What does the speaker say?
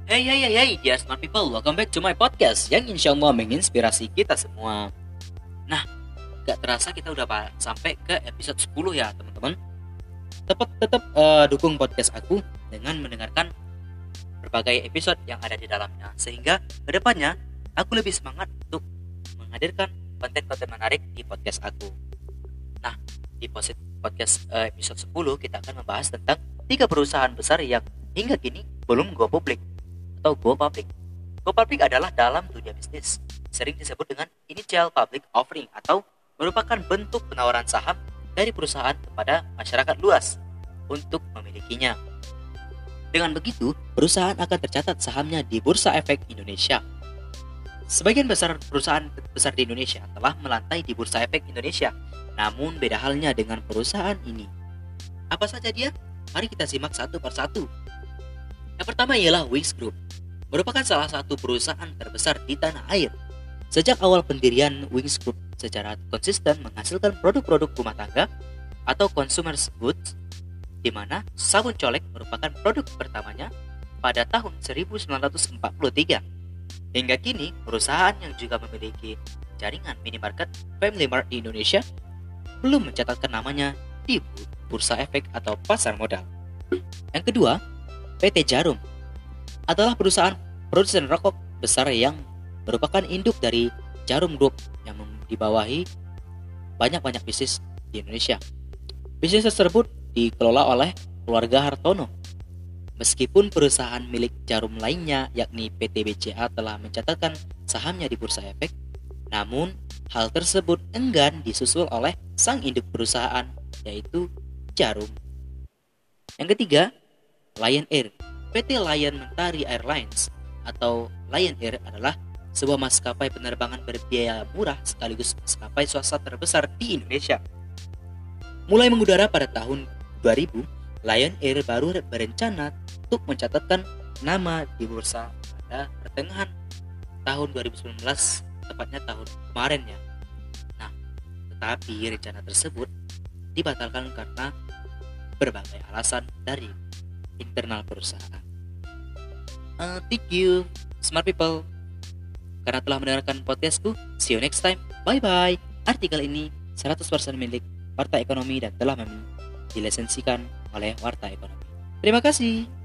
Hey, smart people, welcome back to my podcast yang insya Allah menginspirasi kita semua. Nah, gak terasa kita udah sampai ke episode 10 ya teman-teman. Tetap dukung podcast aku dengan mendengarkan berbagai episode yang ada di dalamnya, sehingga kedepannya aku lebih semangat untuk menghadirkan konten-konten menarik di podcast aku. Nah, di podcast episode 10 kita akan membahas tentang 3 perusahaan besar yang hingga kini belum go public atau go public. Go public adalah dalam dunia bisnis sering disebut dengan initial public offering atau merupakan bentuk penawaran saham dari perusahaan kepada masyarakat luas untuk memilikinya. Dengan begitu, perusahaan akan tercatat sahamnya di Bursa Efek Indonesia. Sebagian besar perusahaan besar di Indonesia telah melantai di Bursa Efek Indonesia. Namun beda halnya dengan perusahaan ini. Apa saja dia? Mari kita simak satu persatu. Yang pertama ialah Wings Group, merupakan salah satu perusahaan terbesar di tanah air. Sejak awal pendirian Wings Group secara konsisten menghasilkan produk-produk rumah tangga atau consumer goods, di mana sabun colek merupakan produk pertamanya pada tahun 1943. Hingga kini, perusahaan yang juga memiliki jaringan minimarket Family Mart di Indonesia belum mencatatkan namanya di Bursa Efek atau pasar modal. Yang kedua, PT Djarum adalah perusahaan produsen rokok besar yang merupakan induk dari Djarum Group yang dibawahi banyak bisnis di Indonesia. Bisnis tersebut dikelola oleh keluarga Hartono. Meskipun perusahaan milik Djarum lainnya yakni PT BCA telah mencatatkan sahamnya di Bursa Efek, namun hal tersebut enggan disusul oleh sang induk perusahaan yaitu Djarum. Yang ketiga, Lion Air. PT Lion Mentari Airlines atau Lion Air adalah sebuah maskapai penerbangan berbiaya murah sekaligus maskapai swasta terbesar di Indonesia. Mulai mengudara pada tahun 2000, Lion Air baru berencana untuk mencatatkan nama di bursa pada pertengahan tahun 2019, tepatnya tahun kemarin ya. Nah, tetapi rencana tersebut dibatalkan karena berbagai alasan dari internal perusahaan. Thank you, smart people, karena telah mendengarkan podcastku. See you next time. Bye-bye. Artikel ini 100% milik Warta Ekonomi dan telah dilisensikan oleh Warta Ekonomi. Terima kasih.